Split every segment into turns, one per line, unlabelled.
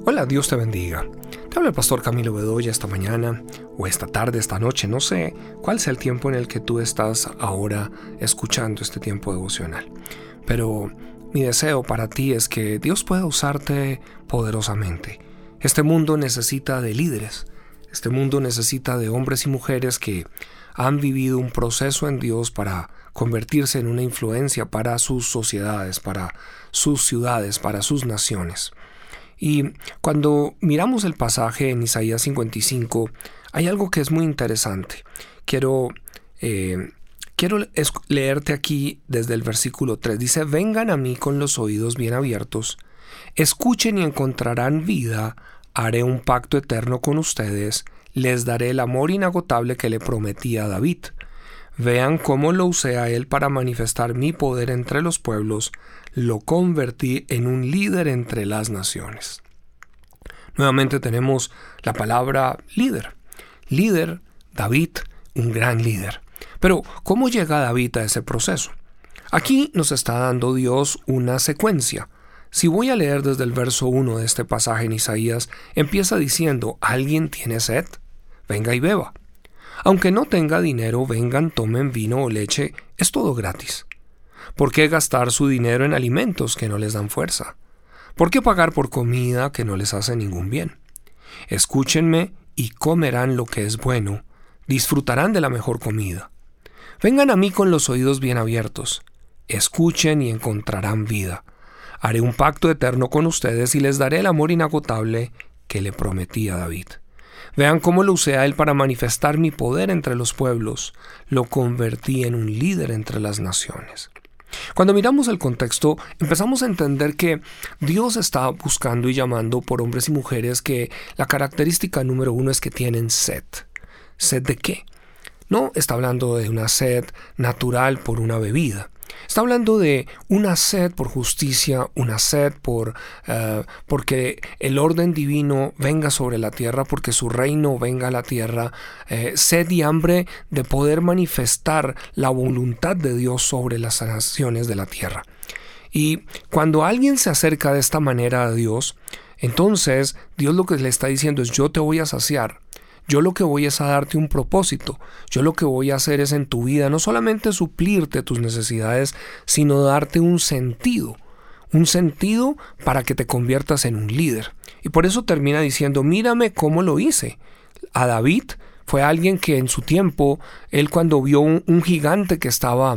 Hola, Dios te bendiga. Te habla el pastor Camilo Bedoya esta mañana, o esta tarde, esta noche, no sé cuál sea el tiempo en el que tú estás ahora escuchando este tiempo devocional. Pero mi deseo para ti es que Dios pueda usarte poderosamente. Este mundo necesita de líderes. Este mundo necesita de hombres y mujeres que han vivido un proceso en Dios para convertirse en una influencia para sus sociedades, para sus ciudades, para sus naciones. Y cuando miramos el pasaje en Isaías 55, hay algo que es muy interesante. Quiero leerte aquí desde el versículo 3. Dice: vengan a mí con los oídos bien abiertos, escuchen y encontrarán vida, haré un pacto eterno con ustedes, les daré el amor inagotable que le prometí a David. Vean cómo lo usé a él para manifestar mi poder entre los pueblos, lo convertí en un líder entre las naciones. Nuevamente tenemos la palabra líder. Líder, David, un gran líder. Pero, ¿cómo llega David a ese proceso? Aquí nos está dando Dios una secuencia. Si voy a leer desde el verso 1 de este pasaje en Isaías, empieza diciendo: ¿alguien tiene sed? Venga y beba. Aunque no tenga dinero, vengan, tomen vino o leche, es todo gratis. ¿Por qué gastar su dinero en alimentos que no les dan fuerza? ¿Por qué pagar por comida que no les hace ningún bien? Escúchenme y comerán lo que es bueno, disfrutarán de la mejor comida. Vengan a mí con los oídos bien abiertos, escuchen y encontrarán vida. Haré un pacto eterno con ustedes y les daré el amor inagotable que le prometí a David. Vean cómo lo usé a él para manifestar mi poder entre los pueblos, lo convertí en un líder entre las naciones. Cuando miramos el contexto, empezamos a entender que Dios está buscando y llamando por hombres y mujeres que la característica número 1 es que tienen sed. ¿Sed de qué? No está hablando de una sed natural por una bebida. Está hablando de una sed por justicia, una sed porque el orden divino venga sobre la tierra, porque su reino venga a la tierra, sed y hambre de poder manifestar la voluntad de Dios sobre las naciones de la tierra. Y cuando alguien se acerca de esta manera a Dios, entonces Dios lo que le está diciendo es: yo te voy a saciar. Yo lo que voy es a darte un propósito. Yo lo que voy a hacer es en tu vida no solamente suplirte tus necesidades, sino darte un sentido para que te conviertas en un líder. Y por eso termina diciendo: mírame cómo lo hice. A David fue alguien que en su tiempo, él cuando vio un gigante que estaba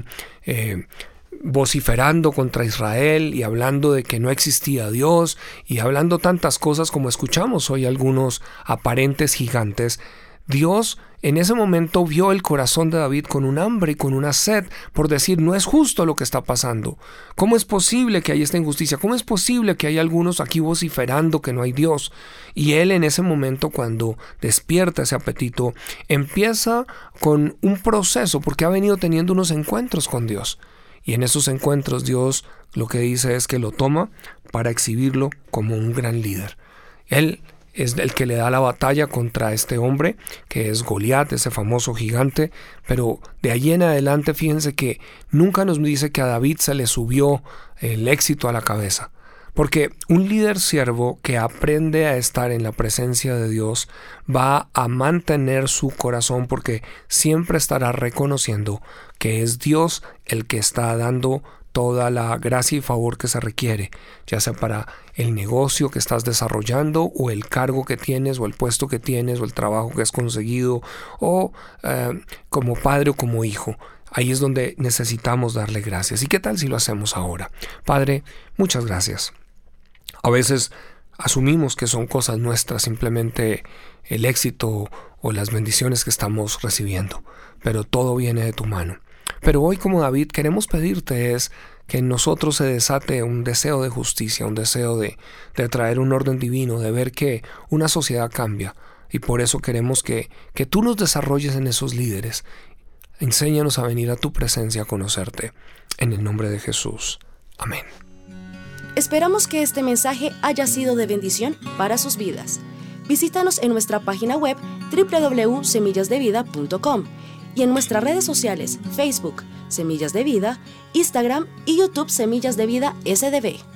vociferando contra Israel y hablando de que no existía Dios y hablando tantas cosas como escuchamos hoy algunos aparentes gigantes, Dios en ese momento vio el corazón de David con un hambre y con una sed por decir: no es justo lo que está pasando. ¿Cómo es posible que haya esta injusticia? ¿Cómo es posible que haya algunos aquí vociferando que no hay Dios? Y él en ese momento, cuando despierta ese apetito, empieza con un proceso porque ha venido teniendo unos encuentros con Dios. Y en esos encuentros Dios lo que dice es que lo toma para exhibirlo como un gran líder. Él es el que le da la batalla contra este hombre, que es Goliat, ese famoso gigante, pero de allí en adelante fíjense que nunca nos dice que a David se le subió el éxito a la cabeza. Porque un líder siervo que aprende a estar en la presencia de Dios va a mantener su corazón porque siempre estará reconociendo que es Dios el que está dando toda la gracia y favor que se requiere, ya sea para el negocio que estás desarrollando o el cargo que tienes o el puesto que tienes o el trabajo que has conseguido o como padre o como hijo. Ahí es donde necesitamos darle gracias. ¿Y qué tal si lo hacemos ahora? Padre, muchas gracias. A veces asumimos que son cosas nuestras, simplemente el éxito o las bendiciones que estamos recibiendo, pero todo viene de tu mano. Pero hoy, como David, queremos pedirte es que en nosotros se desate un deseo de justicia, un deseo de traer un orden divino, de ver que una sociedad cambia, y por eso queremos que tú nos desarrolles en esos líderes. Enséñanos a venir a tu presencia a conocerte. En el nombre de Jesús. Amén.
Esperamos que este mensaje haya sido de bendición para sus vidas. Visítanos en nuestra página web www.semillasdevida.com y en nuestras redes sociales Facebook, Semillas de Vida, Instagram y YouTube Semillas de Vida SDB.